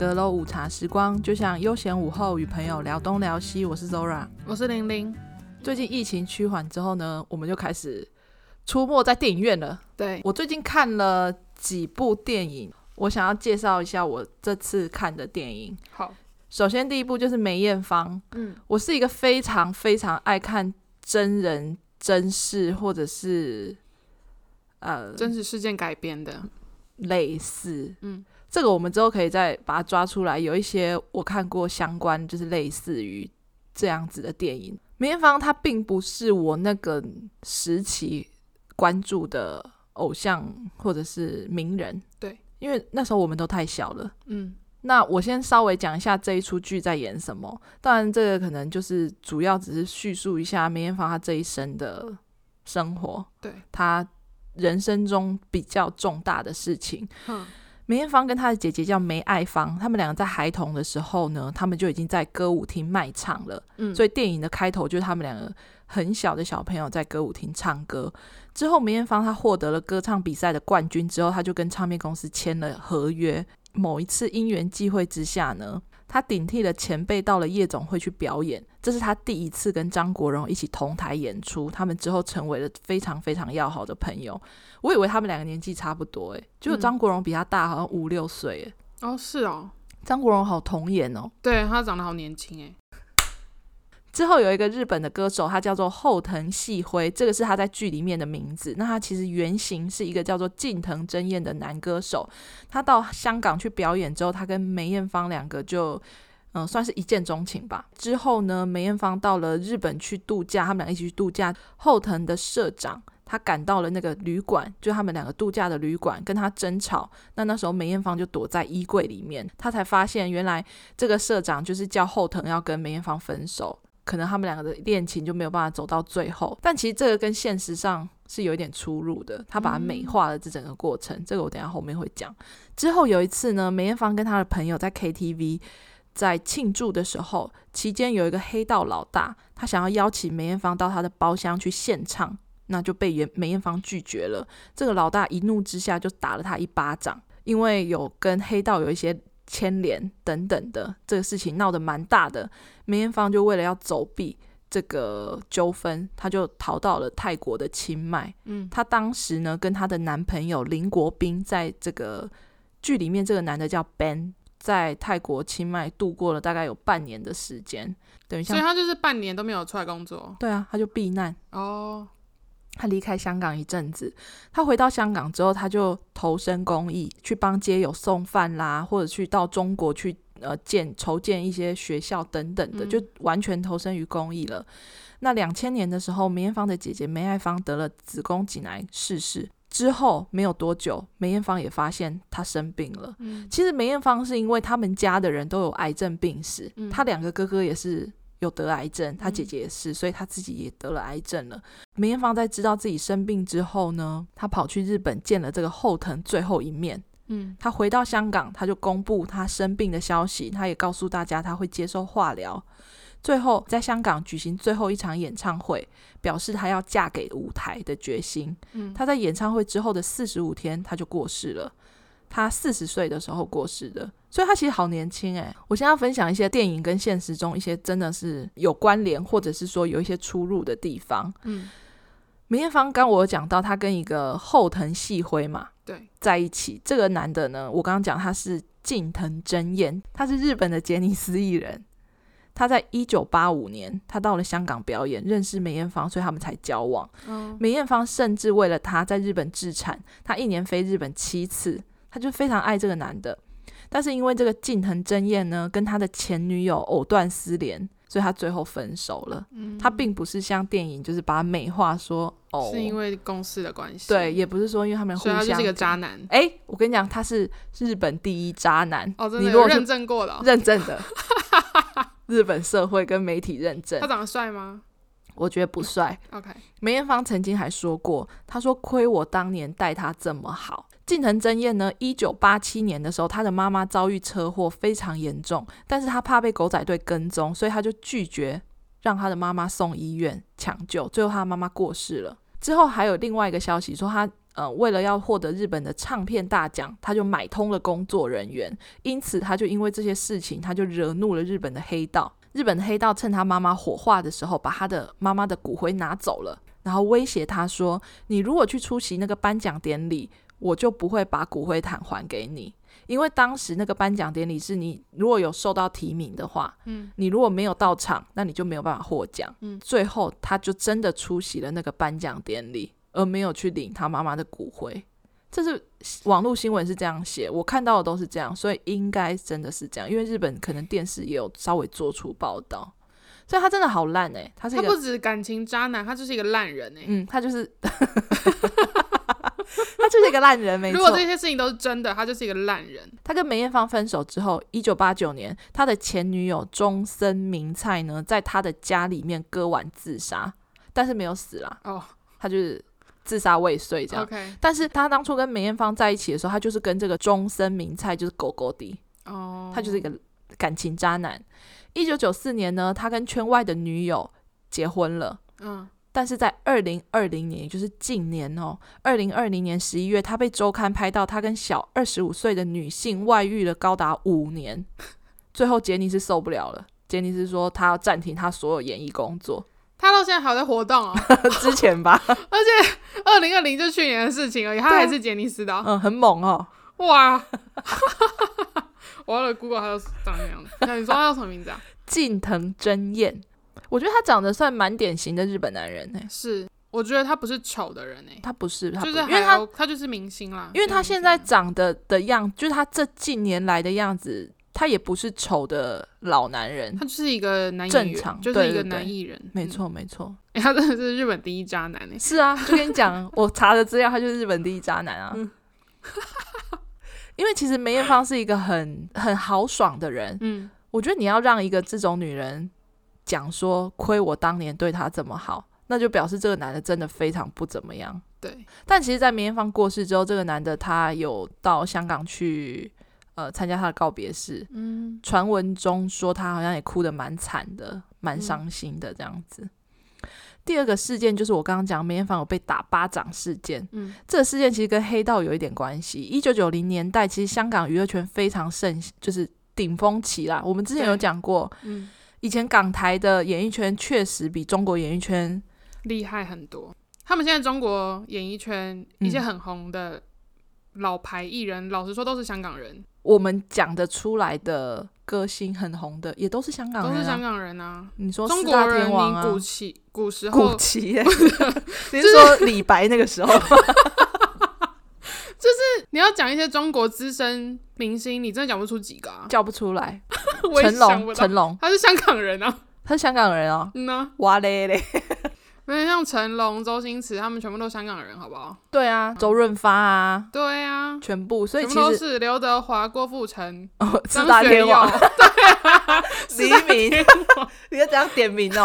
阁楼午茶时光，就像悠闲午后与朋友聊东聊西。我是 Zora， 我是玲玲。 最近疫情趋缓之后呢，我们就开始出没在电影院了。 对， 我最近看了几部电影，我想要介绍一下我这次看的电影。 好， 首先第一部就是梅艳芳。我是一个非常非常爱看真人真事或者是真实事件改编的类似，这个我们之后可以再把它抓出来。有一些我看过相关，就是类似于这样子的电影。梅艳芳她并不是我那个时期关注的偶像或者是名人， 对， 因为那时候我们都太小了。那我先稍微讲一下这一出剧在演什么。当然，这个可能就是主要只是叙述一下梅艳芳她这一生的生活， 对， 她人生中比较重大的事情。梅艳芳跟她的姐姐叫梅爱芳，他们两个在孩童的时候呢，他们就已经在歌舞厅卖唱了。所以电影的开头就是他们两个很小的小朋友在歌舞厅唱歌。之后梅艳芳她获得了歌唱比赛的冠军之后，她就跟唱片公司签了合约。某一次因缘际会之下呢，他顶替了前辈到了夜总会去表演，这是他第一次跟张国荣一起同台演出。他们之后成为了非常非常要好的朋友。我以为他们两个年纪差不多结果张国荣比他大好像5-6岁哦，是哦， 张国荣好童颜哦， 对，他长得好年轻之后有一个日本的歌手，他叫做后藤细辉，这个是他在剧里面的名字。那他其实原型是一个叫做近藤真彦的男歌手。他到香港去表演之后，他跟梅艳芳两个就算是一见钟情吧。之后呢，梅艳芳到了日本去度假，他们俩一起去度假。后藤的社长他赶到了那个旅馆，就他们两个度假的旅馆，跟他争吵。那时候梅艳芳就躲在衣柜里面，他才发现原来这个社长就是叫后藤要跟梅艳芳分手。可能他们两个的恋情就没有办法走到最后，但其实这个跟现实上是有一点出入的。他把它美化了这整个过程，这个我等一下后面会讲。之后有一次呢，梅艳芳跟她的朋友在 KTV 在庆祝的时候，期间有一个黑道老大，他想要邀请梅艳芳到他的包厢去献唱，那就被梅艳芳拒绝了。这个老大一怒之下就打了他一巴掌，因为有跟黑道有一些牵连等等的，这个事情闹得蛮大的。梅艳芳就为了要走避这个纠纷，她就逃到了泰国的清迈。她当时呢跟她的男朋友林国斌，在这个剧里面这个男的叫 Ben， 在泰国清迈度过了大概有半年的时间，等于像， 所以他就是半年都没有出来工作。 对啊，他就避难哦。 他离开香港一阵子，他回到香港之后，他就投身公益，去帮街友送饭啦，或者去到中国去筹建一些学校等等的，就完全投身于公益了。那2000年的时候，梅艳芳的姐姐梅爱芳得了子宫颈癌逝世之后没有多久，梅艳芳也发现她生病了。其实梅艳芳是因为他们家的人都有癌症病史，她两个哥哥也是有得癌症，她姐姐也是，所以她自己也得了癌症了。梅艳芳在知道自己生病之后呢，她跑去日本见了这个后藤最后一面。她回到香港，她就公布她生病的消息，她也告诉大家她会接受化疗。最后在香港举行最后一场演唱会，表示她要嫁给舞台的决心。她在演唱会之后的45天，她就过世了。他40岁的时候过世的，所以他其实好年轻我现在要分享一些电影跟现实中一些真的是有关联，或者是说有一些出入的地方。梅艳芳刚我有讲到他跟一个后藤细辉嘛， 对， 在一起。这个男的呢，我刚刚讲他是近藤真彦，他是日本的杰尼斯艺人。他在1985年他到了香港表演，认识梅艳芳，所以他们才交往。梅艳芳甚至为了他在日本置产，他1年飞日本7次，他就非常爱这个男的。但是因为这个近藤真彦呢跟他的前女友藕断丝连，所以他最后分手了。他并不是像电影就是把他美化说是因为公司的关系， 对，也不是说因为他们互相， 所以他就是一个渣男。 我跟你讲，他是日本第一渣男。 真的有认证过的认证的日本社会跟媒体认证。 他长得帅吗？ 我觉得不帅。 OK， 梅艳芳曾经还说过，他说亏我当年待他这么好。近藤真彦呢，1987年的时候，他的妈妈遭遇车祸非常严重，但是他怕被狗仔队跟踪，所以他就拒绝让他的妈妈送医院抢救，最后他的妈妈过世了。之后还有另外一个消息说他为了要获得日本的唱片大奖，他就买通了工作人员，因此他就因为这些事情，他就惹怒了日本的黑道。日本的黑道趁他妈妈火化的时候，把他的妈妈的骨灰拿走了，然后威胁他说，你如果去出席那个颁奖典礼，我就不会把骨灰坛还给你。因为当时那个颁奖典礼是你如果有受到提名的话，你如果没有到场，那你就没有办法获奖。最后他就真的出席了那个颁奖典礼，而没有去领他妈妈的骨灰。这是网络新闻是这样写，我看到的都是这样，所以应该真的是这样，因为日本可能电视也有稍微做出报道。所以他真的好烂欸，他不止感情渣男，他就是一个烂人欸。 他就是他就是一个烂人，没错。 如果这些事情都是真的，他就是一个烂人。 他跟梅艳芳分手之后，1989年，他的前女友中森明菜呢，在他的家里面割腕自杀，但是没有死啦。他就是自杀未遂这样。但是他当初跟梅艳芳在一起的时候，他就是跟这个中森明菜就是狗狗的。他就是一个感情渣男。1994年呢，他跟圈外的女友结婚了。但是在2020年，也就是近年2020年11月，他被周刊拍到他跟小25岁的女性外遇了高达5年。最后杰尼斯受不了了，杰尼斯说他要暂停他所有演艺工作。 他到现在还在活动之前吧。 而且2020就去年的事情而已，他还是杰尼斯的。 很猛哇我要来 Google 他长什么样子。你说他叫什么名字啊？ 近藤真彦。我觉得他长得算蛮典型的日本男人是，我觉得他不是丑的人他不是， 就是因为他就是明星啦。 因为他现在长的样，就是他这近年来的样子，他也不是丑的老男人， 他就是一个男艺人， 正常， 就是一个男艺人。 没错没错。 他真的是日本第一渣男是啊，就跟你讲，我查的资料，他就是日本第一渣男啊。因为其实梅艳芳是一个很豪爽的人。我觉得你要让一个这种女人讲说亏我当年对她这么好，那就表示这个男的真的非常不怎么样。 对。 但其实在梅艳芳过世之后，这个男的他有到香港去参加他的告别式。传闻中说他好像也哭得蛮惨的，蛮伤心的这样子。第二个事件就是我刚刚讲梅艳芳有被打巴掌事件。这个事件其实跟黑道有一点关系。1990年代其实香港娱乐圈非常盛，就是顶峰期啦。我们之前有讲过，以前港台的演艺圈确实比中国演艺圈厉害很多。他们现在中国演艺圈一些很红的老牌艺人，老实说都是香港人。 我们讲得出来的歌星很红的也都是香港人。 都是香港人啊。 你说四大天王啊， 中国人你古时候古奇耶你是说李白那个时候就是你要讲一些中国资深明星，你真的讲不出几个啊。 叫不出来。 我也想不到。 成龙他是香港人啊。 他是香港人啊。哇嘞嘞没有像成龙、周星驰他们全部都香港人，好不好？ 对啊，周润发啊， 对啊， 全部，所以其实全部都是刘德华、郭富城、 四大天王， 对啊， 黎明，你要这样点名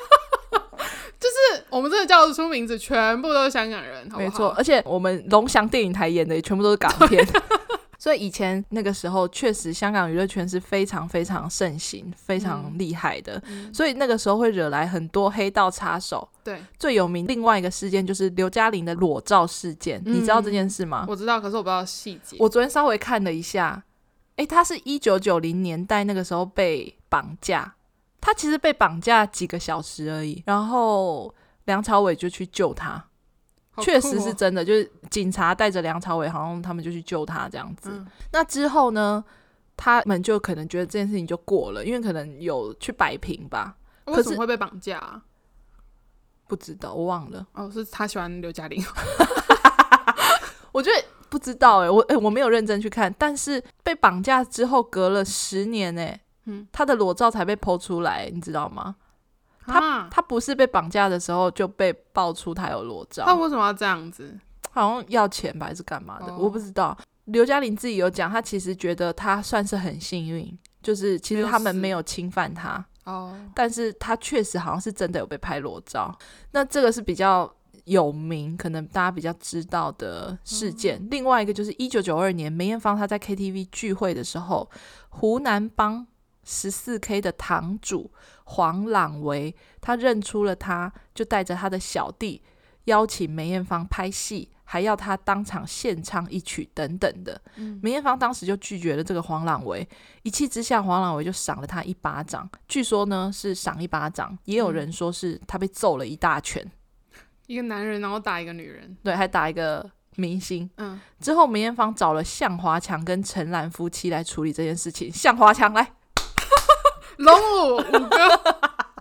就是我们真的叫得出名字，全部都是香港人，好不好？ 没错，而且我们龙翔电影台演的也全部都是港片。所以以前那个时候确实香港娱乐圈是非常非常盛行，非常厉害的。所以那个时候会惹来很多黑道插手。 对， 最有名另外一个事件就是刘嘉玲的裸照事件。你知道这件事吗？ 我知道，可是我不知道细节。 我昨天稍微看了一下，他是1990年代那个时候被绑架，他其实被绑架几个小时而已，然后梁朝伟就去救他。确实是真的，就是警察带着梁朝伟，好像他们就去救他这样子。那之后呢，他们就可能觉得这件事情就过了，因为可能有去摆平吧。 为什么会被绑架啊？ 不知道，我忘了。 是他喜欢刘嘉玲。 我觉得不知道我没有认真去看，但是被绑架之后隔了10年他的裸照才被 po 出来，你知道吗？他不是被绑架的时候就被爆出他有裸照。 他为什么要这样子？ 好像要钱吧还是干嘛的我不知道。刘嘉玲自己有讲，他其实觉得他算是很幸运，就是其实他们没有侵犯他但是他确实好像是真的有被拍裸照。那这个是比较有名，可能大家比较知道的事件。另外一个就是1992年梅艳芳她在 KTV 聚会的时候，湖南帮14K 的堂主黄朗维他认出了他，就带着他的小弟邀请梅艳芳拍戏， 还要他当场献唱一曲等等的。梅艳芳当时就拒绝了这个黄朗维，一气之下黄朗维就赏了他一巴掌，据说呢是赏一巴掌，也有人说是他被揍了一大拳， 一个男人然后打一个女人， 对，还打一个明星。之后梅艳芳找了向华强跟陈岚夫妻来处理这件事情。向华强来龙五哥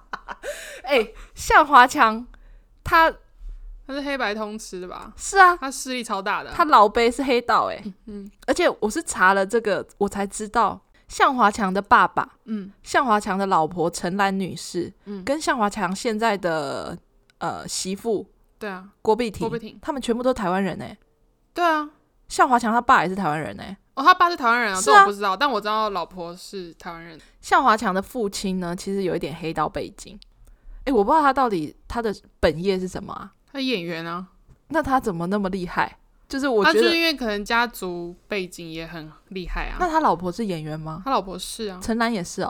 向华强他是黑白通吃的吧？ 是啊， 他势力超大的他老辈是黑道而且我是查了这个我才知道，向华强的爸爸向华强的老婆陈岚女士跟向华强现在的媳妇对啊郭碧婷他们全部都是台湾人对啊， 向华强他爸也是台湾人他爸是台湾人这我不知道，但我知道老婆是台湾人。 向华强的父亲呢其实有一点黑道背景，我不知道他到底他的本业是什么啊？ 他演员啊。 那他怎么那么厉害？就是我觉得他就是因为可能家族背景也很厉害啊。 那他老婆是演员吗？ 他老婆是啊。 陈岚也是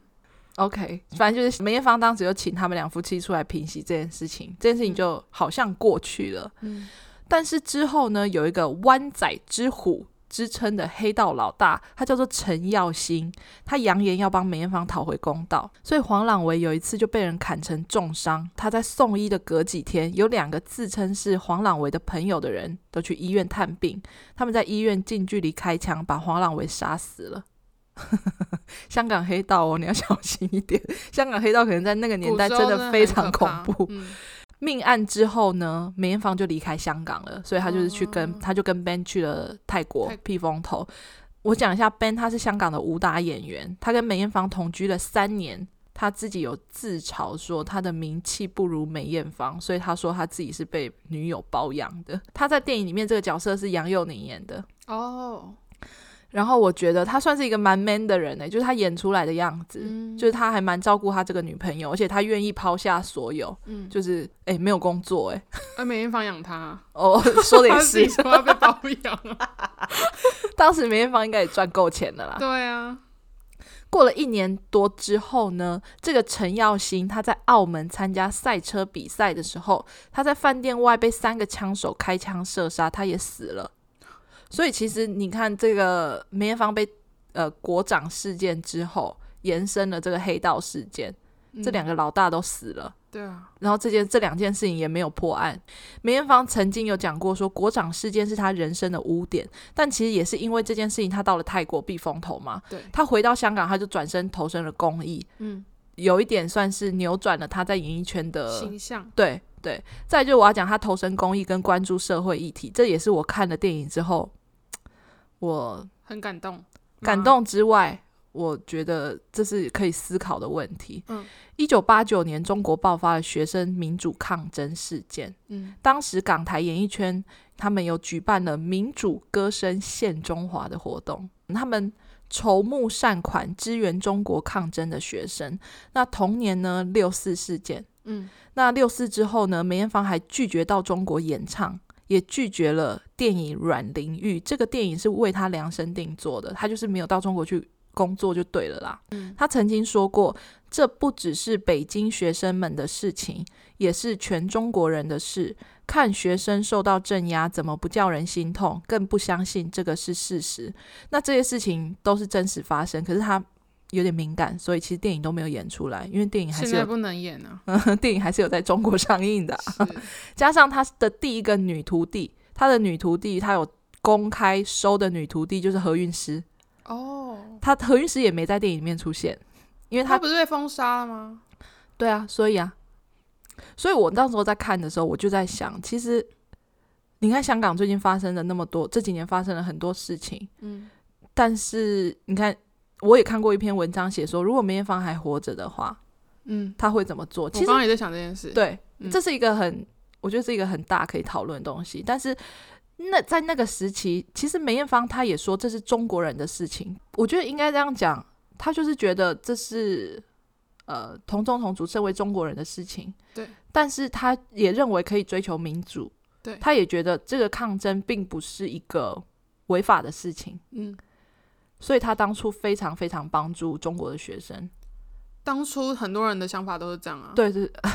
OK， 反正就是梅艳芳当时就请他们两夫妻出来平息这件事情，这件事情就好像过去了。但是之后呢，有一个湾仔之虎之称的黑道老大，他叫做陈耀兴，他扬言要帮梅艳芳讨回公道，所以黄朗维有一次就被人砍成重伤。他在送医的隔几天，有2个自称是黄朗维的朋友的人都去医院探病，他们在医院近距离开枪把黄朗维杀死了。香港黑道你要小心一点，香港黑道可能在那个年代真的非常恐怖。命案之后呢，梅艳芳就离开香港了，所以他就是他就跟 Ben 去了泰国避风头。我讲一下 Ben， 他是香港的武打演员，他跟梅艳芳同居了3年，他自己有自嘲说他的名气不如梅艳芳，所以他说他自己是被女友包养的。他在电影里面这个角色是杨佑宁演的然后我觉得他算是一个蛮 man 的人就是他演出来的样子就是他还蛮照顾他这个女朋友，而且他愿意抛下所有就是没有工作梅艳芳养他说的也是他说要被包养当时梅艳芳应该也赚够钱了啦。 对啊， 过了1年多之后呢，这个陈耀兴他在澳门参加赛车比赛的时候，他在饭店外被3个枪手开枪射杀，他也死了。所以其实你看这个梅艳芳被国长事件之后延伸了这个黑道事件这2个老大都死了对啊， 然后这2件事情也没有破案。梅艳芳曾经有讲过说国长事件是他人生的污点，但其实也是因为这件事情他到了泰国避风头嘛， 对， 他回到香港他就转身投身了公益有一点算是扭转了他在演艺圈的形象。 对，再来就是我要讲他投身公益跟关注社会议题，这也是我看了电影之后我很感动之外我觉得这是可以思考的问题。1989年中国爆发了学生民主抗争事件当时港台演艺圈他们有举办了民主歌声献中华的活动，他们筹募善款支援中国抗争的学生。那同年呢6·4事件那6·4之后呢，梅艳芳还拒绝到中国演唱，也拒绝了电影《阮玲玉》，这个电影是为他量身定做的，他就是没有到中国去工作就对了啦他曾经说过，这不只是北京学生们的事情，也是全中国人的事，看学生受到镇压怎么不叫人心痛，更不相信这个是事实。那这些事情都是真实发生，可是他有点敏感，所以其实电影都没有演出来，因为电影还是现在不能演啊电影还是有在中国上映的加上他的第一个女徒弟，他的女徒弟他有公开收的女徒弟就是何韵诗他何韵诗也没在电影里面出现，因为他不是被封杀了吗？ 对啊，所以我那时候在看的时候我就在想，其实你看香港最近发生了那么多，这几年发生了很多事情但是你看我也看过一篇文章写说，如果梅艳芳还活着的话他会怎么做。其实我刚刚也在想这件事。 对这是一个我觉得是一个很大可以讨论的东西，但是在那个时期其实梅艳芳她也说这是中国人的事情，我觉得应该这样讲，她就是觉得这是同宗同族身为中国人的事情， 对， 但是她也认为可以追求民主， 对， 她也觉得这个抗争并不是一个违法的事情所以她当初非常非常帮助中国的学生。 当初很多人的想法都是这样啊。 对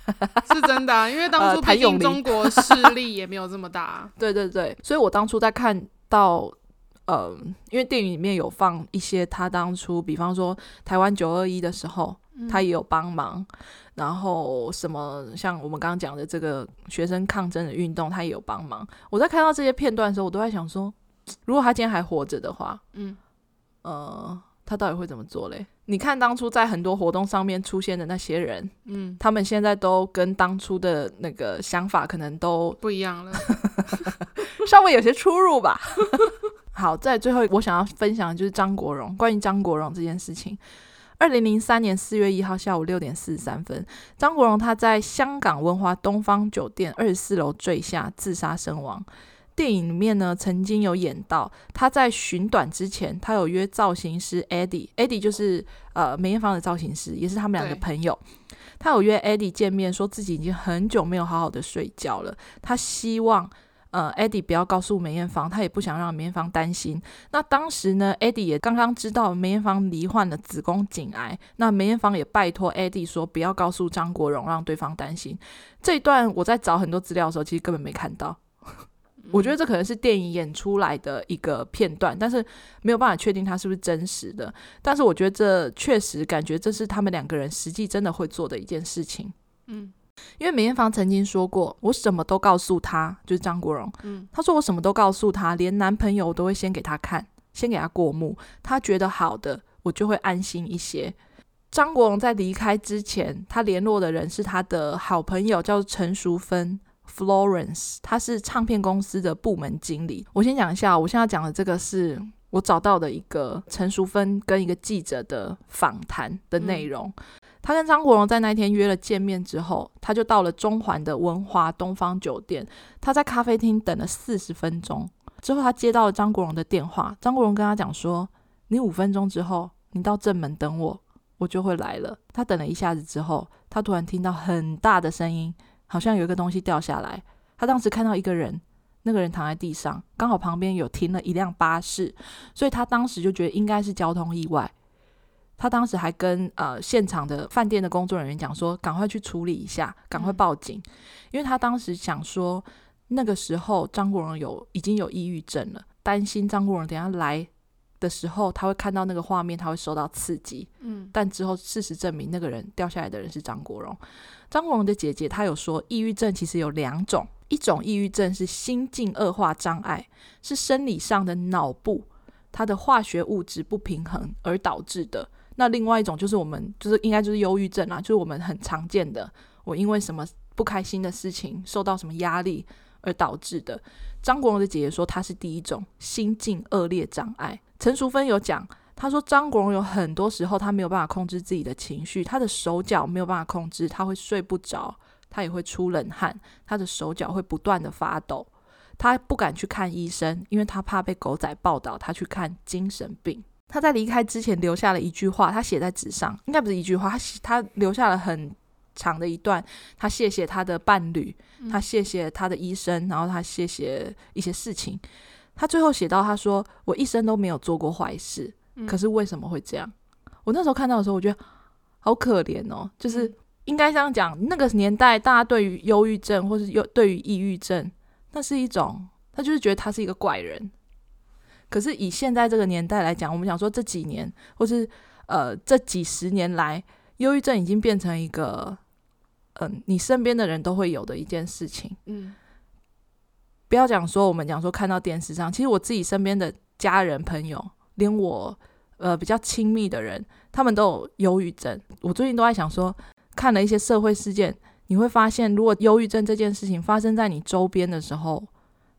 是真的啊，因为当初毕竟中国势力也没有这么大啊。 对对对，所以我当初在看到因为电影里面有放一些他当初比方说台湾921的时候他也有帮忙，然后什么像我们刚刚讲的这个学生抗争的运动他也有帮忙。我在看到这些片段的时候我都在想说，如果他今天还活着的话他到底会怎么做嘞？你看当初在很多活动上面出现的那些人他们现在都跟当初的那个想法可能都不一样了稍微有些出入吧好，在最后我想要分享的就是张国荣，关于张国荣这件事情。2003年4月1号下午6点43分，张国荣他在香港文华东方酒店24楼坠下自杀身亡。电影里面呢曾经有演到他在寻短之前他有约造型师 Eddie 就是梅艳芳的造型师，也是他们两个朋友。他有约 Eddie 见面，说自己已经很久没有好好的睡觉了，他希望Eddie 不要告诉梅艳芳，他也不想让梅艳芳担心。那当时呢 Eddie 也刚刚知道梅艳芳罹患了子宫颈癌，那梅艳芳也拜托 Eddie 说不要告诉张国荣，让对方担心。这一段我在找很多资料的时候其实根本没看到我觉得这可能是电影演出来的一个片段，但是没有办法确定它是不是真实的。但是我觉得这确实感觉这是他们两个人实际真的会做的一件事情。因为梅艳芳曾经说过，我什么都告诉他，就是张国荣他说我什么都告诉他，连男朋友我都会先给他看，先给他过目，他觉得好的我就会安心一些。张国荣在离开之前他联络的人是他的好朋友叫陈淑芬Florence， 他是唱片公司的部门经理。我先讲一下，我现在讲的这个是我找到的一个陈淑芬跟一个记者的访谈的内容。他跟张国荣在那天约了见面之后，他就到了中环的文华东方酒店，他在咖啡厅等了40分钟之后，他接到了张国荣的电话。张国荣跟他讲说，你5分钟之后你到正门等我，我就会来了。他等了一下子之后，他突然听到很大的声音，好像有一个东西掉下来。他当时看到一个人，那个人躺在地上，刚好旁边有停了一辆巴士，所以他当时就觉得应该是交通意外。他当时还跟现场的饭店的工作人员讲说，赶快去处理一下，赶快报警。因为他当时想说那个时候张国荣已经有抑郁症了，担心张国荣等一下来的时候他会看到那个画面，他会受到刺激。但之后事实证明那个人掉下来的人是张国荣。张国荣的姐姐她有说，抑郁症其实有2种，一种抑郁症是心境恶化障碍，是生理上的脑部它的化学物质不平衡而导致的。那另外一种就是我们就是应该就是忧郁症啦，就是我们很常见的，我因为什么不开心的事情受到什么压力而导致的。张国荣的姐姐说他是第一种心境恶劣障碍。陈淑芬有讲，他说张国荣有很多时候他没有办法控制自己的情绪，他的手脚没有办法控制，他会睡不着，他也会出冷汗，他的手脚会不断的发抖，他不敢去看医生，因为他怕被狗仔报道他去看精神病。他在离开之前留下了一句话，他写在纸上，应该不是一句话，他留下了很长的一段，他谢谢他的伴侣，他谢谢他的医生，然后他谢谢一些事情。他最后写到，他说我一生都没有做过坏事，可是为什么会这样？我那时候看到的时候我觉得好可怜哦，就是应该这样讲，那个年代大家对于忧郁症或是对于抑郁症，那是一种他就是觉得他是一个怪人。可是以现在这个年代来讲，我们讲说这几年或是这几十年来，忧郁症已经变成一个你身边的人都会有的一件事情。不要讲说我们讲说看到电视上，其实我自己身边的家人朋友，连我比较亲密的人，他们都有忧郁症。我最近都在想说，看了一些社会事件，你会发现如果忧郁症这件事情发生在你周边的时候，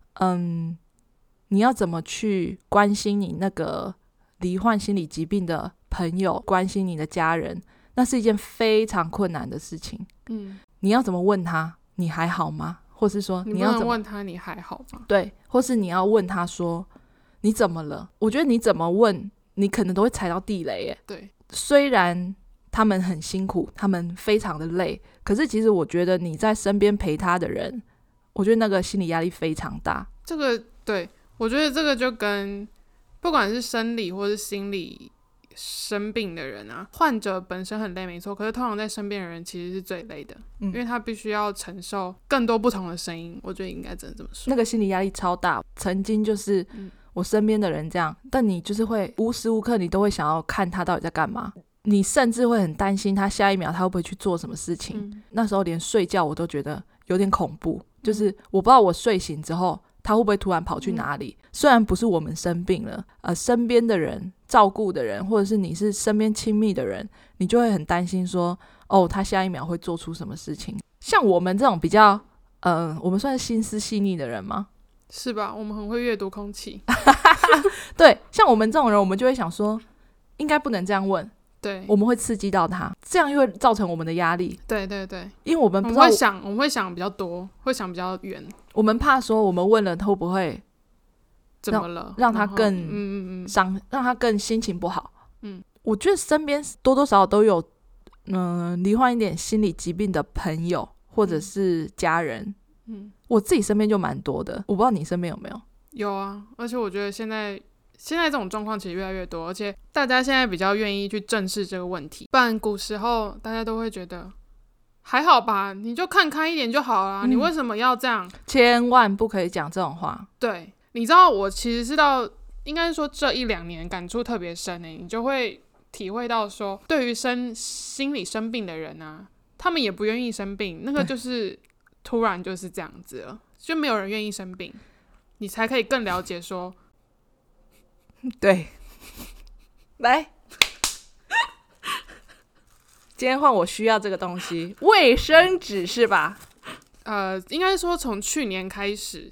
你要怎么去关心你那个罹患心理疾病的朋友，关心你的家人，那是一件非常困难的事情。你要怎么问他你还好吗？或是说你要怎么问他你还好吗？ 对，或是你要问他说你怎么了？我觉得你怎么问你可能都会踩到地雷耶。 对， 虽然他们很辛苦，他们非常的累，可是其实我觉得你在身边陪他的人，我觉得那个心理压力非常大。 这个对，我觉得这个就跟不管是生理或是心理生病的人啊，患者本身很累没错，可是通常在生病的人其实是最累的，因为他必须要承受更多不同的声音，我觉得应该真的这么说。 那个心理压力超大，曾经就是我身边的人这样，但你就是会无时无刻你都会想要看他到底在干嘛，你甚至会很担心他下一秒他会不会去做什么事情，那时候连睡觉我都觉得有点恐怖，就是我不知道我睡醒之后他会不会突然跑去哪里，虽然不是我们生病了，身边的人照顾的人，或者是你是身边亲密的人，你就会很担心说他下一秒会做出什么事情。像我们这种比较我们算是心思细腻的人吗？ 是吧？我们很会阅读空气对，像我们这种人，我们就会想说应该不能这样问， 对， 我们会刺激到他，这样又会造成我们的压力。 对对对， 因为我们不知道我们会想比较多，会想比较远， 我们怕说我们问了会不会怎么了， 让他更让他更心情不好。我觉得身边多多少少都有罹患一点心理疾病的朋友或者是家人。我自己身边就蛮多的，我不知道你身边有没有。 有啊，而且我觉得现在这种状况其实越来越多，而且大家现在比较愿意去正视这个问题，不然古时候大家都会觉得还好吧，你就看开一点就好啦，你为什么要这样？ 千万不可以讲这种话。 对，你知道我其实是到应该说这1-2年感触特别深你就会体会到说，对于心理生病的人啊，他们也不愿意生病，那个就是突然就是这样子了，就没有人愿意生病，你才可以更了解说， 对，来，今天换我需要这个东西，卫生纸是吧？ 应该说从去年开始，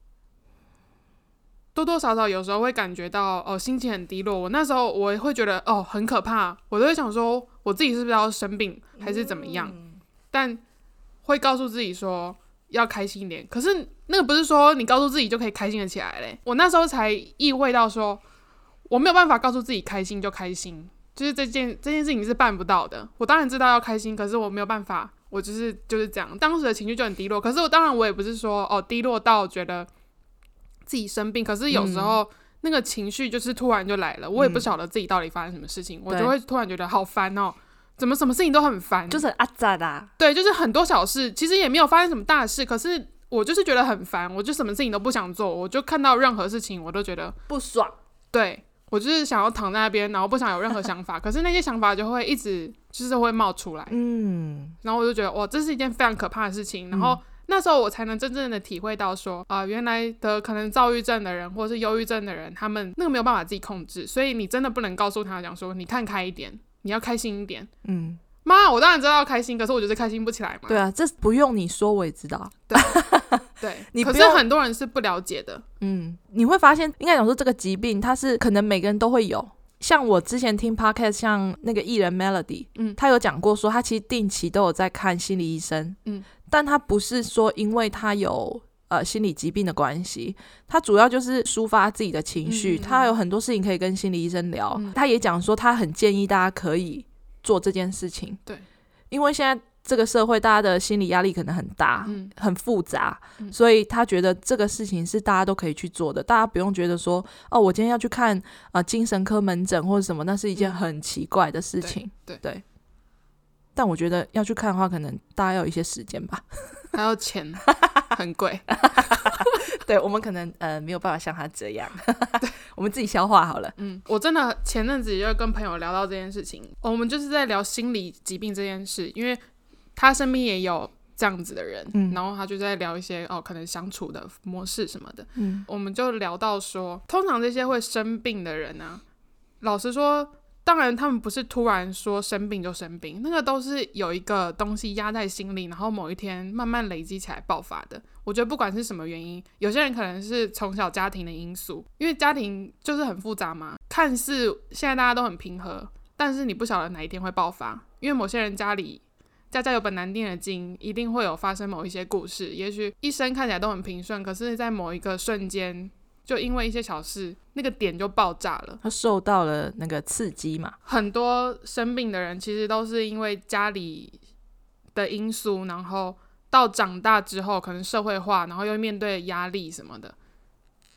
多多少少有时候会感觉到心情很低落。我那时候我会觉得很可怕，我都会想说我自己是不是要生病还是怎么样，但会告诉自己说要开心一点。可是那个不是说你告诉自己就可以开心的起来嘞。我那时候才意会到说，我没有办法告诉自己开心就开心，就是这件事情是办不到的。我当然知道要开心，可是我没有办法，我就是这样。当时的情绪就很低落，可是我也不是说低落到觉得自己生病，可是有时候那个情绪就是突然就来了，我也不晓得自己到底发生什么事情，我就会突然觉得好烦怎么什么事情都很烦， 就是很阿杂啦。 对，就是很多小事，其实也没有发生什么大事，可是我就是觉得很烦，我就什么事情都不想做，我就看到任何事情我都觉得不爽。 对，我就是想要躺在那边，然后不想有任何想法，可是那些想法就会一直就是会冒出来，然后我就觉得哇，这是一件非常可怕的事情，然后那时候我才能真正的体会到说原来的可能躁郁症的人或是忧郁症的人，他们那个没有办法自己控制，所以你真的不能告诉他讲说你看开一点，你要开心一点。妈，我当然知道要开心，可是我就是开心不起来嘛。 对啊，这不用你说我也知道。 对对，可是很多人是不了解的。 你会发现应该讲说这个疾病它是可能每个人都会有，像我之前听 podcast 像那个艺人 Melody，他有讲过说他其实定期都有在看心理医生，但他不是说因为他有心理疾病的关系，他主要就是抒发自己的情绪，他有很多事情可以跟心理医生聊，他也讲说他很建议大家可以做这件事情。 对， 因为现在这个社会大家的心理压力可能很大，很复杂，所以他觉得这个事情是大家都可以去做的，大家不用觉得说我今天要去看精神科门诊或者什么，那是一件很奇怪的事情。对，但我觉得要去看的话可能大家要有一些时间吧， 还要钱很贵对，我们可能没有办法像他这样我们自己消化好了。 我真的前阵子就跟朋友聊到这件事情，我们就是在聊心理疾病这件事，因为他身边也有这样子的人，然后他就在聊一些可能相处的模式什么的，我们就聊到说，通常这些会生病的人啊，老实说当然他们不是突然说生病就生病，那个都是有一个东西压在心里，然后某一天慢慢累积起来爆发的。我觉得不管是什么原因，有些人可能是从小家庭的因素，因为家庭就是很复杂嘛，看似现在大家都很平和，但是你不晓得哪一天会爆发，因为某些人家里家家有本难念的经，一定会有发生某一些故事，也许一生看起来都很平顺，可是在某一个瞬间就因为一些小事那个点就爆炸了， 他受到了那个刺激嘛。 很多生病的人其实都是因为家里的因素，然后到长大之后可能社会化，然后又面对压力什么的，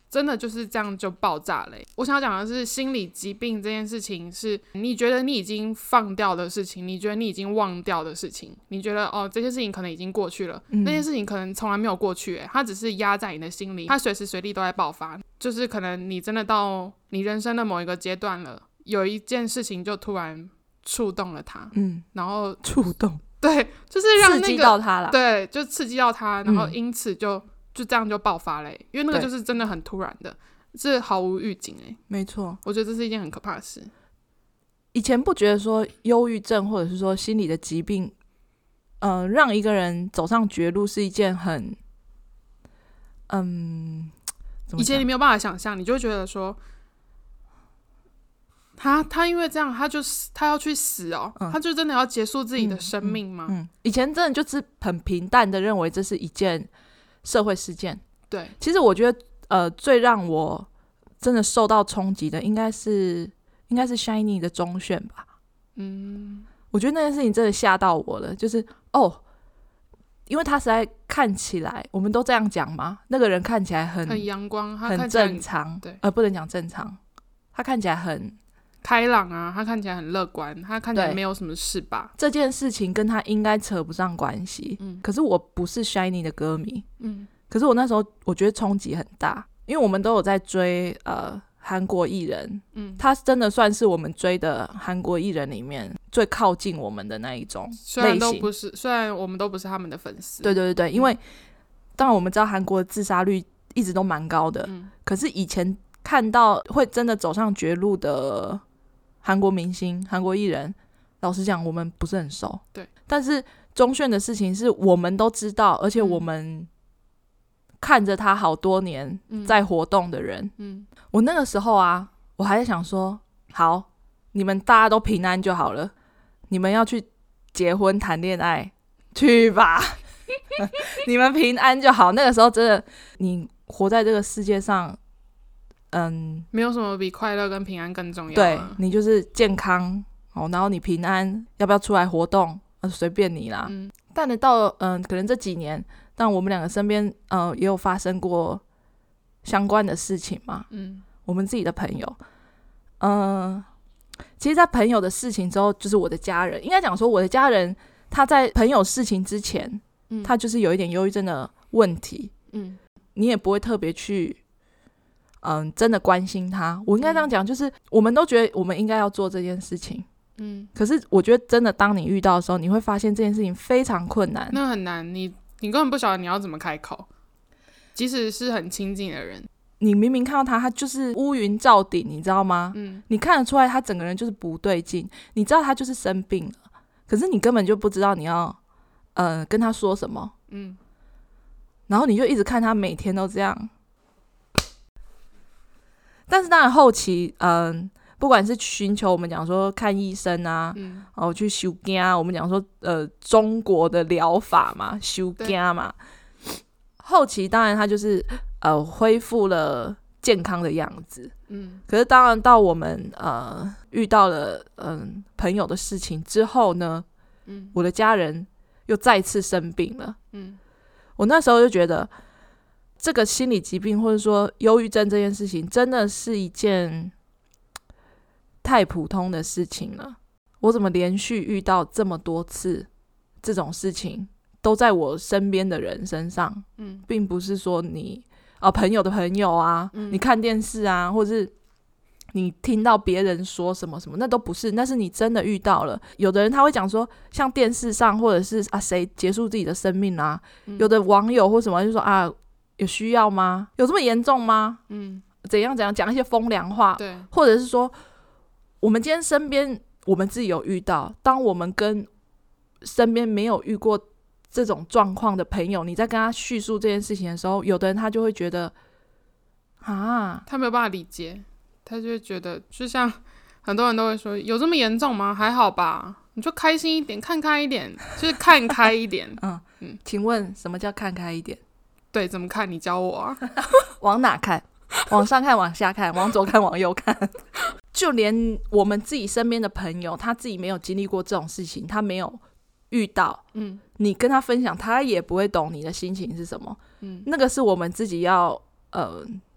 真的就是这样就爆炸了。我想要讲的是，心理疾病这件事情是你觉得你已经放掉的事情，你觉得你已经忘掉的事情，你觉得这些事情可能已经过去了，那些事情可能从来没有过去，它只是压在你的心里，它随时随地都在爆发。就是可能你真的到你人生的某一个阶段了，有一件事情就突然触动了它，然后触动， 对，就是让那个刺激到它了， 对，就刺激到它，然后因此就这样就爆发了，因为那个就是真的很突然的，是毫无预警。 没错， 我觉得这是一件很可怕的事。 以前不觉得说忧郁症或者是说心理的疾病让一个人走上绝路是一件很以前你没有办法想象，你就会觉得说他因为这样他要去死他就真的要结束自己的生命吗？ 以前真的就是很平淡的认为这是一件社会事件。 对， 其实我觉得最让我真的受到冲击的应该是 Shiny 的中选吧。我觉得那件事情真的吓到我了，就是因为他实在看起来，我们都这样讲吗？那个人看起来很阳光，他很正常， 对， 不能讲正常，他看起来很开朗啊，他看起来很乐观，他看起来没有什么事吧？ 这件事情跟他应该扯不上关系。可是我不是 Shiny 的歌迷，可是我那时候我觉得冲击很大，因为我们都有在追韩国艺人，他真的算是我们追的韩国艺人里面最靠近我们的那一种类型。 虽然我们都不是他们的粉丝， 对，因为当然我们知道韩国的自杀率一直都蛮高的，可是以前看到会真的走上绝路的韩国明星、韩国艺人，老实讲我们不是很熟。 对， 但是钟铉的事情是我们都知道，而且我们看着他好多年在活动的人，我那个时候啊，我还在想说，好，你们大家都平安就好了，你们要去结婚谈恋爱去吧你们平安就好。那个时候真的，你活在这个世界上没有什么比快乐跟平安更重要。 对，你就是健康然后你平安，要不要出来活动随便你啦。但是到可能这几年，但我们两个身边也有发生过相关的事情嘛。我们自己的朋友其实在朋友的事情之后，就是我的家人，应该讲说我的家人他在朋友事情之前他就是有一点忧郁症的问题。你也不会特别去真的关心他。我应该这样讲，就是我们都觉得我们应该要做这件事情，可是我觉得真的当你遇到的时候，你会发现这件事情非常困难。 那很难，你根本不晓得你要怎么开口，即使是很亲近的人， 你明明看到他就是乌云罩顶，你知道吗？你看得出来他整个人就是不对劲，你知道他就是生病了，可是你根本就不知道你要跟他说什么。然后你就一直看他每天都这样。但是当然后期不管是寻求我们讲说看医生啊，去修根啊，我们讲说中国的疗法嘛，修根嘛，后期当然他就是恢复了健康的样子。可是当然到我们遇到了朋友的事情之后呢，我的家人又再次生病了。我那时候就觉得这个心理疾病或者说忧郁症这件事情真的是一件太普通的事情了。我怎么连续遇到这么多次这种事情都在我身边的人身上，并不是说你朋友的朋友啊，你看电视啊，或者是你听到别人说什么什么，那都不是，那是你真的遇到了。有的人他会讲说像电视上或者是谁结束自己的生命啊，有的网友或什么就说有需要吗？有这么严重吗？怎样讲一些风凉话。 对， 或者是说我们今天身边我们自己有遇到，当我们跟身边没有遇过这种状况的朋友，你在跟他叙述这件事情的时候，有的人他就会觉得他没有办法理解，他就会觉得就像很多人都会说有这么严重吗？还好吧，你就开心一点，看开一点，就是看开一点。 请问什么叫看开一点？ 对，怎么看？你教我啊。 往哪看？往上看，往下看，往左看，往右看。就连我们自己身边的朋友，他自己没有经历过这种事情，他没有遇到，你跟他分享，他也不会懂你的心情是什么。那个是我们自己要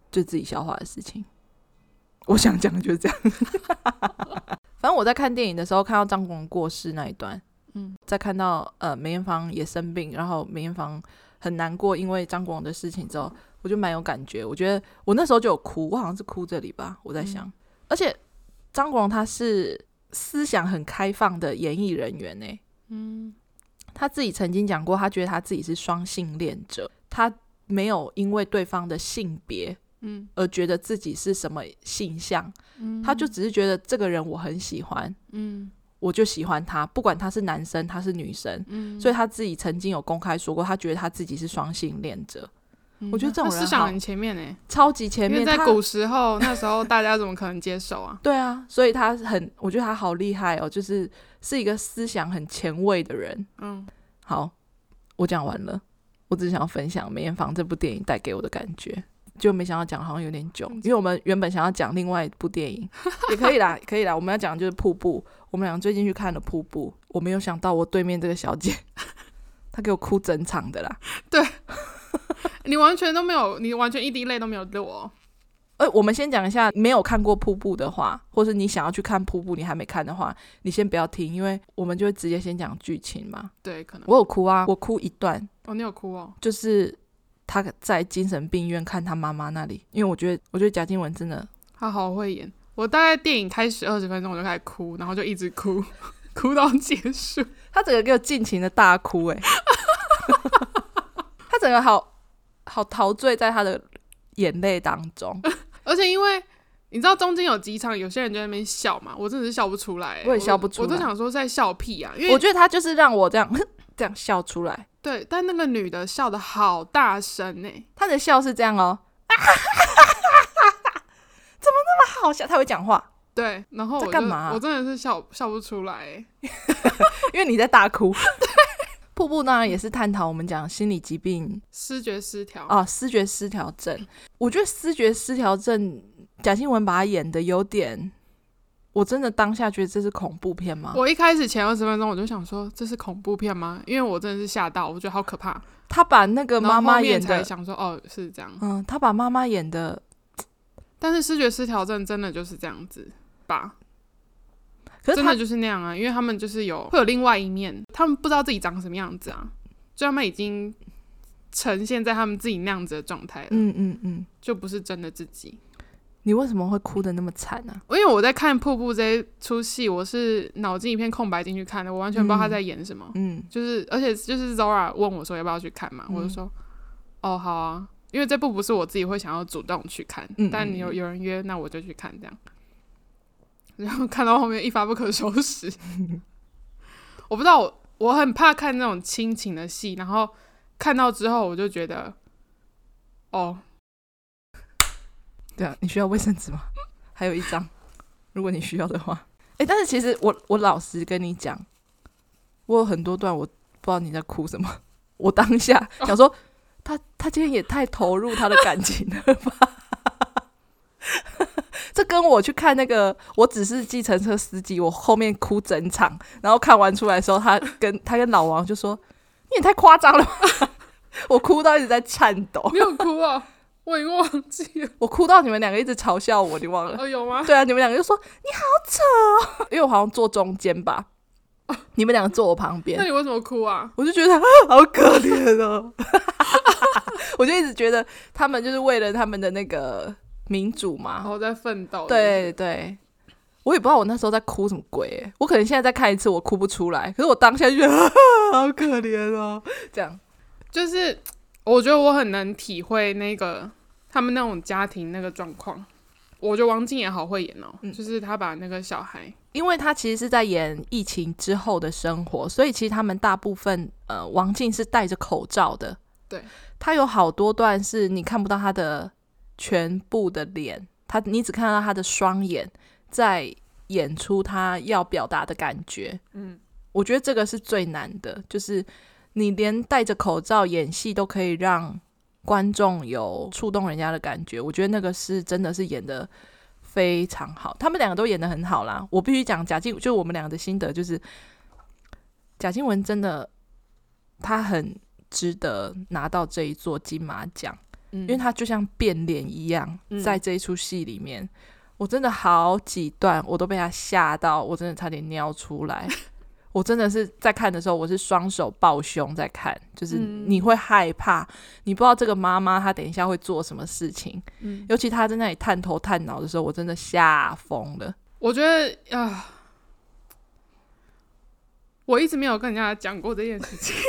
就自己消化的事情。我想讲的就是这样。反正我在看电影的时候看到张国荣过世那一段，再看到梅艳芳也生病，然后梅艳芳很难过因为张国荣的事情之后，我就蛮有感觉。我觉得我那时候就有哭，我好像是哭这里吧，我在想。而且张国荣他是思想很开放的演艺人员欸，他自己曾经讲过，他觉得他自己是双性恋者，他没有因为对方的性别而觉得自己是什么性向，他就只是觉得这个人我很喜欢，我就喜欢他，不管他是男生他是女生，所以他自己曾经有公开说过，他觉得他自己是双性恋者。我觉得这种人思想很前面欸， 超级前面， 因为在古时候那时候大家怎么可能接受啊？ 对啊，所以他我觉得他好厉害哦，就是一个思想很前卫的人。好，我讲完了，我只想要分享梅艳芳这部电影带给我的感觉，就没想到讲好像有点久，因为我们原本想要讲另外一部电影，也可以啦，可以啦，我们要讲的就是瀑布，我们俩最近去看了瀑布，我没有想到我对面这个小姐，她给我哭整场的啦。 对，你完全都没有，你完全一滴泪都没有落。 我们先讲一下，没有看过瀑布的话，或是你想要去看瀑布你还没看的话，你先不要听，因为我们就会直接先讲剧情嘛。 对，可能我有哭啊，我哭一段。 你有哭哦？ 就是他在精神病院看他妈妈那里，因为我觉得贾静雯真的他好会演。我大概电影开始20分钟我就开始哭，然后就一直哭哭到结束。 他整个给我尽情的大哭欸他整个好陶醉在他的眼泪当中。 而且因为你知道中间有几场有些人就在那边笑嘛，我真的是笑不出来我也笑不出来， 我都想说在笑屁啊，因为我觉得他就是让我这样笑出来。 对，但那个女的笑得好大声欸， 她的笑是这样哦怎么那么好笑，她会讲话。 对，然后在干嘛我真的是笑不出来欸因为你在大哭瀑布当然也是探讨我们讲心理疾病， 思觉失调思觉失调症。我觉得思觉失调症贾静雯把他演的有点，我真的当下觉得这是恐怖片吗？ 我一开始前20分钟我就想说这是恐怖片吗？因为我真的是吓到，我觉得好可怕。 他把那个妈妈演的， 才想说是这样。 他把妈妈演的， 但是思觉失调症真的就是这样子吧？ 可是真的就是那样啊，因为他们就是会有另外一面，他们不知道自己长什么样子啊，就他们已经呈现在他们自己那样子的状态了，就不是真的自己。 你为什么会哭得那么惨啊？ 因为我在看瀑布这一出戏，我是脑筋一片空白进去看的，我完全不知道他在演什么。而且就是 Zora 问我说要不要去看嘛，我就说好啊，因为这部不是我自己会想要主动去看，但有人约，那我就去看这样。然后看到后面一发不可收拾我不知道，我很怕看那种亲情的戏，然后看到之后我就觉得对啊，你需要卫生纸吗？还有一张如果你需要的话。但是其实我老实跟你讲，我有很多段我不知道你在哭什么，我当下想说他今天也太投入他的感情了吧这跟我去看那个我只是计程车司机，我后面哭整场，然后看完出来的时候他跟老王就说你也太夸张了吧我哭到一直在颤抖。 你有哭啊？我已经忘记了。 我哭到你们两个一直嘲笑我，你忘了？ 有吗？ 对啊，你们两个就说你好扯因为我好像坐中间吧你们两个坐我旁边。 那你为什么哭啊？ 我就觉得好可怜哦我就一直觉得他们就是为了他们的那个民主嘛， 然后在奋斗。 对对，我也不知道我那时候在哭什么鬼我可能现在再看一次我哭不出来，可是我当下就觉得好可怜哦。这样就是我觉得我很能体会那个他们那种家庭那个状况。我觉得王静也好会演就是他把那个小孩， 因为他其实是在演疫情之后的生活，所以其实他们大部分王静是戴着口罩的。 对， 他有好多段是你看不到他的全部的脸，你只看到他的双眼在演出他要表达的感觉。我觉得这个是最难的，就是你连戴着口罩演戏都可以让观众有触动人家的感觉，我觉得那个是真的是演得非常好，他们两个都演得很好啦。我必须讲就我们两个的心得，就是贾静雯真的她很值得拿到这一座金马奖。 因为他就像变脸一样，在这一出戏里面，我真的好几段我都被他吓到，我真的差点尿出来。我真的是在看的时候，我是双手抱胸在看，就是你会害怕，你不知道这个妈妈她等一下会做什么事情，尤其她在那里探头探脑的时候，我真的吓疯了。 我觉得我一直没有跟人家讲过这件事情。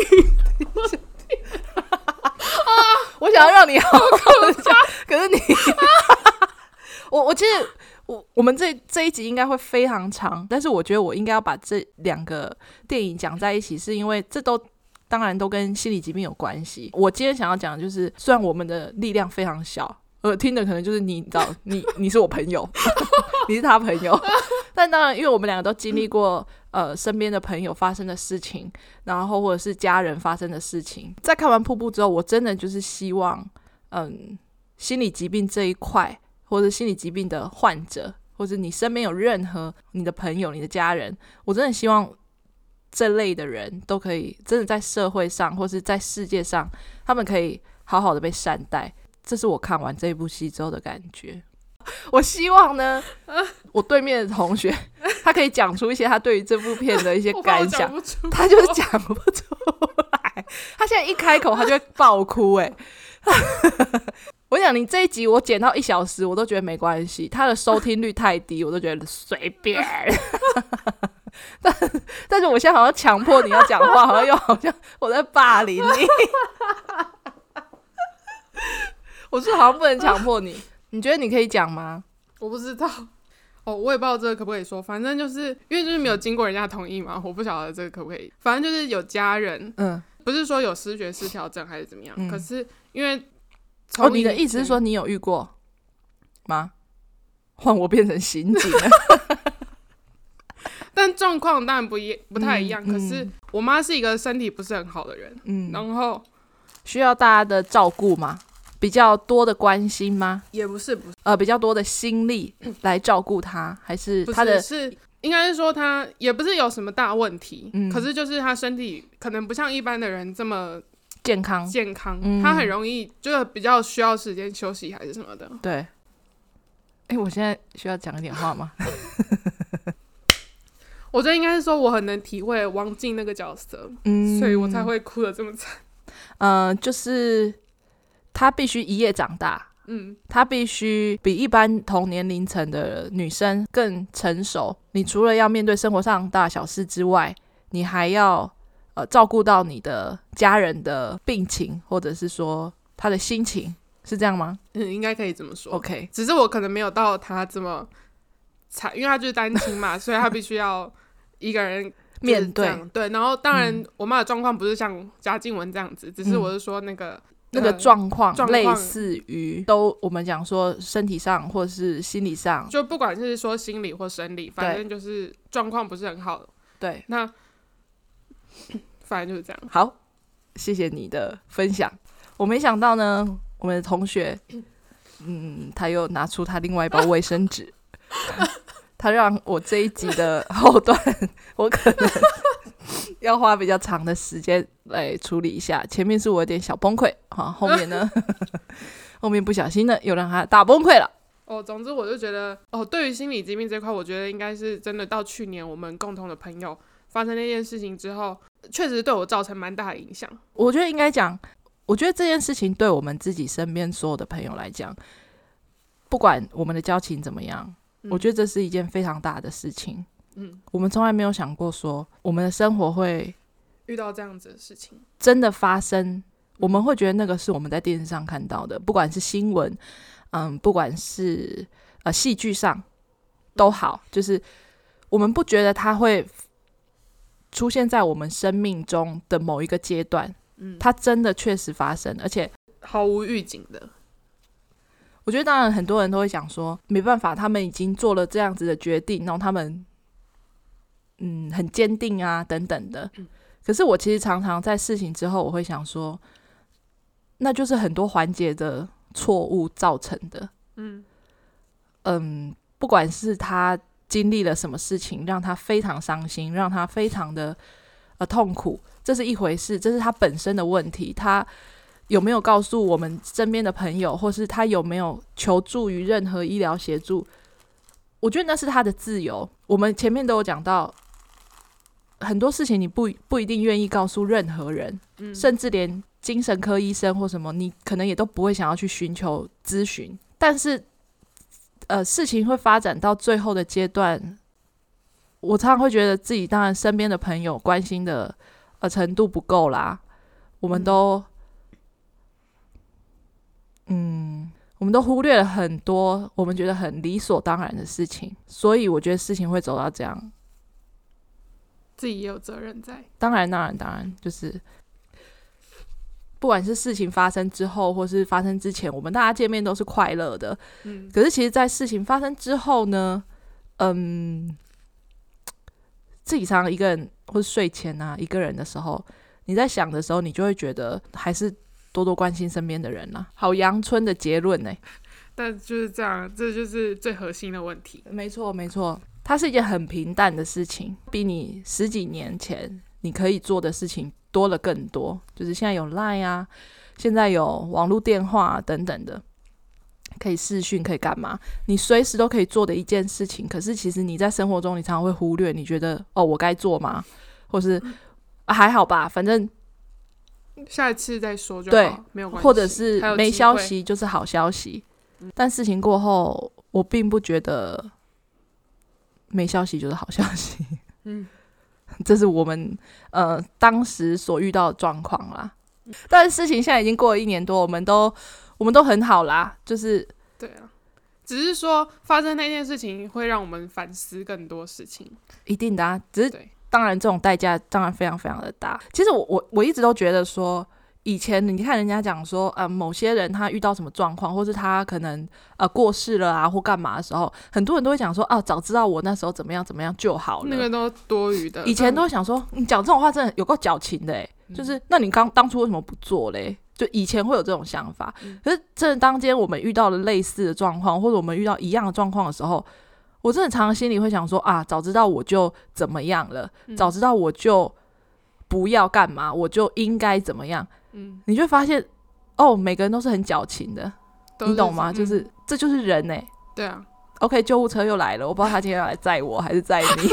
我想要让你好好的讲，可是你我其实我们这一集应该会非常长，但是我觉得我应该要把这2个电影讲在一起，是因为这都当然都跟心理疾病有关系。我今天想要讲的就是，虽然我们的力量非常小，听的可能就是你知道，你是我朋友，你是他朋友，但当然，因为我们2个都经历过身边的朋友发生的事情，然后或者是家人发生的事情。在看完瀑布之后，我真的就是希望，心理疾病这一块，或者心理疾病的患者，或者你身边有任何你的朋友、你的家人，我真的希望这类的人都可以真的在社会上或是在世界上，他们可以好好的被善待。这是我看完这一部戏之后的感觉。我希望呢，我对面的同学他可以讲出一些他对于这部片的一些感想，他就是讲不出来，他现在一开口他就会爆哭我想你这一集我剪到1小时我都觉得没关系，他的收听率太低我都觉得随便但是我现在好像强迫你要讲话，好像又好像我在霸凌你我是好像不能强迫你，你觉得你可以讲吗？ 我不知道我也不知道这个可不可以说，反正就是因为就是没有经过人家同意嘛，我不晓得这个可不可以。反正就是有家人，不是说有思觉失调症还是怎么样，可是因为你的意思是说你有遇过吗？换我变成刑警了但状况当然不太一样，可是我妈是一个身体不是很好的人，然后需要大家的照顾吗？比较多的关心吗？ 也不是比较多的心力来照顾她，还是她的？ 不是，应该是说她也不是有什么大问题，可是就是她身体可能不像一般的人这么健康，她很容易就比较需要时间休息还是什么的。 对，我现在需要讲一点话吗？ 我觉得应该是说我很能体会王静那个角色，所以我才会哭得这么惨。 就是她必须一夜长大，她必须比一般同年龄层的女生更成熟。你除了要面对生活上大小事之外，你还要照顾到你的家人的病情，或者是说他的心情，是这样吗？ 应该可以这么说。 OK， 只是我可能没有到他这么惨，因为他就是单亲嘛，所以他必须要一个人面对。对，然后当然我妈的状况不是像嘉靖雯这样子，只是我是说那个状况类似于都我们讲说身体上或是心理上， 就不管是说心理或生理，反正就是状况不是很好。 对， 那反正就是这样。 好，谢谢你的分享。我没想到呢，我们的同学他又拿出他另外一包卫生纸他让我这一集的后段我可能要花比较长的时间来处理一下，前面是我有点小崩溃，后面呢后面不小心呢又让他大崩溃了。 总之我就觉得对于心理疾病这块，我觉得应该是真的到去年我们共同的朋友发生那件事情之后，确实对我造成蛮大的影响。 我觉得应该讲，我觉得这件事情对我们自己身边所有的朋友来讲，不管我们的交情怎么样，我觉得这是一件非常大的事情。我们从来没有想过说我们的生活会遇到这样子的事情真的发生，我们会觉得那个是我们在电视上看到的，不管是新闻不管是戏剧上都好，就是我们不觉得它会出现在我们生命中的某一个阶段，它真的确实发生，而且毫无预警的。 我觉得当然很多人都会讲说没办法，他们已经做了这样子的决定，然后他们很坚定啊等等的，可是我其实常常在事情之后我会想说，那就是很多环节的错误造成的。不管是他经历了什么事情让他非常伤心，让他非常的痛苦，这是一回事，这是他本身的问题，他有没有告诉我们身边的朋友，或是他有没有求助于任何医疗协助，我觉得那是他的自由。我们前面都有讲到，很多事情你不一定愿意告诉任何人，甚至连精神科医生或什么，你可能也都不会想要去寻求咨询。但是事情会发展到最后的阶段，我常常会觉得自己当然身边的朋友关心的程度不够啦，我们都忽略了很多我们觉得很理所当然的事情，所以我觉得事情会走到这样， 自己也有责任在。 当然，就是不管是事情发生之后或是发生之前，我们大家见面都是快乐的。可是其实在事情发生之后呢，自己常常一个人或是睡前啊一个人的时候，你在想的时候，你就会觉得还是多多关心身边的人啦。好阳春的结论欸。 但就是这样，这就是最核心的问题。 没错，它是一件很平淡的事情，比你10几年前你可以做的事情多了更多。就是现在有 LINE 啊，现在有网络电话啊等等的，可以视讯，可以干嘛，你随时都可以做的一件事情。可是其实你在生活中你常常会忽略，你觉得我该做吗？或是还好吧，反正下一次再说就好，没有关系。 或者是没消息就是好消息。但事情过后，我并不觉得没消息就是好消息。这是我们当时所遇到的状况啦。但是事情现在已经过了1年多，我们都很好啦，就是对啊，只是说发生那件事情会让我们反思更多事情， 一定的啊。只是当然这种代价当然非常非常的大。其实我一直都觉得说，以前你看人家讲说某些人他遇到什么状况，或是他可能过世了啊或干嘛的时候，很多人都会讲说早知道我那时候怎么样怎么样就好了， 那个都多余的。 以前都会想说你讲这种话真的有够矫情的就是那你当初为什么不做嘞？就以前会有这种想法。可是真的当今天我们遇到了类似的状况，或者我们遇到一样的状况的时候，我真的常常心里会想说早知道我就怎么样了，早知道我就不要干嘛，我就应该怎么样。你就会发现每个人都是很矫情的，你懂吗？就是这就是人对啊。 OK， 救护车又来了，我不知道他今天要来载我还是载你。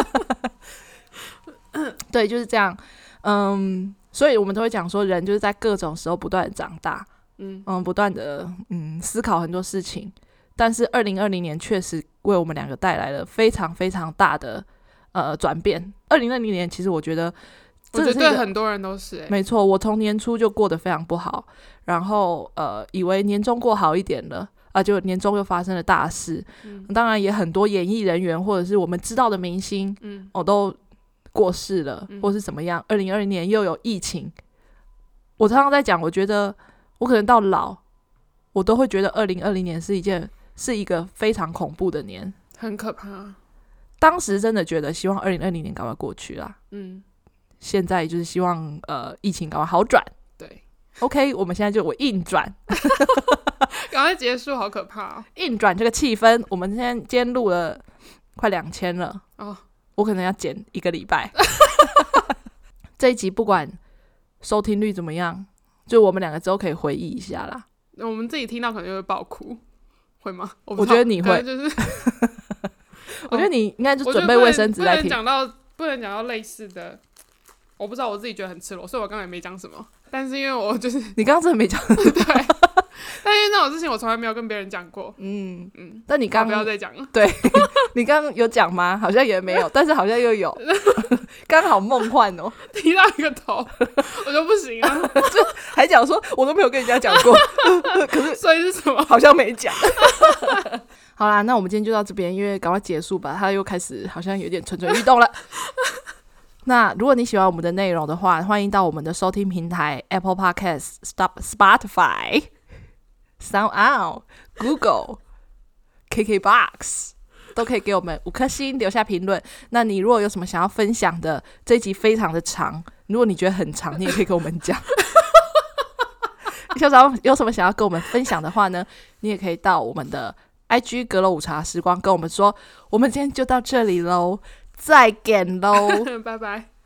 对，就是这样。所以我们都会讲说，人就是在各种时候不断的长大，不断的思考很多事情。但是2020年确实为我们两个带来了非常非常大的转变。2020年其实我觉得对很多人都是没错。我从年初就过得非常不好，然后以为年终过好一点了就年终又发生了大事。当然也很多演艺人员或者是我们知道的明星都过世了，或是怎么样。2020年又有疫情，我常常在讲，我觉得我可能到老我都会觉得2020年是一个非常恐怖的年， 很可怕。 当时真的觉得希望2020年赶快过去啦。现在就是希望疫情赶快好转。 对 OK， 我们现在就硬转赶快结束，好可怕硬转这个气氛。我们今天录了快2000了我可能要剪1个礼拜。这一集不管收听率怎么样，就我们两个之后可以回忆一下啦。 我们自己听到可能就会爆哭，会吗？ 我觉得你会就是我觉得你应该就准备卫生纸来听。 不能讲到类似的，我不知道，我自己觉得很赤裸，所以我刚才没讲什么。但是因为我就是你刚刚真的没讲对，但因为那种事情我从来没有跟别人讲过。 但你刚刚不要再讲了。 对，你刚刚有讲吗？好像也没有，但是好像又有，刚好梦幻哦， 提到一个头，我就不行啊， 就还讲说我都没有跟人家讲过，可是所以是什么？ 好像没讲。好啦，那我们今天就到这边，因为赶快结束吧，他又开始好像有点蠢蠢欲动了。那如果你喜欢我们的内容的话，欢迎到我们的收听平台 Apple Podcast、Spotify、SoundOn、Google、KKBox 都可以给我们5颗星，留下评论。那你如果有什么想要分享的，这一集非常的长，如果你觉得很长，你也可以跟我们讲。有什么想要跟我们分享的话呢，你也可以到我们的 IG 阁楼午茶时光跟我们说。我们今天就到这里咯，再见咯， 拜拜。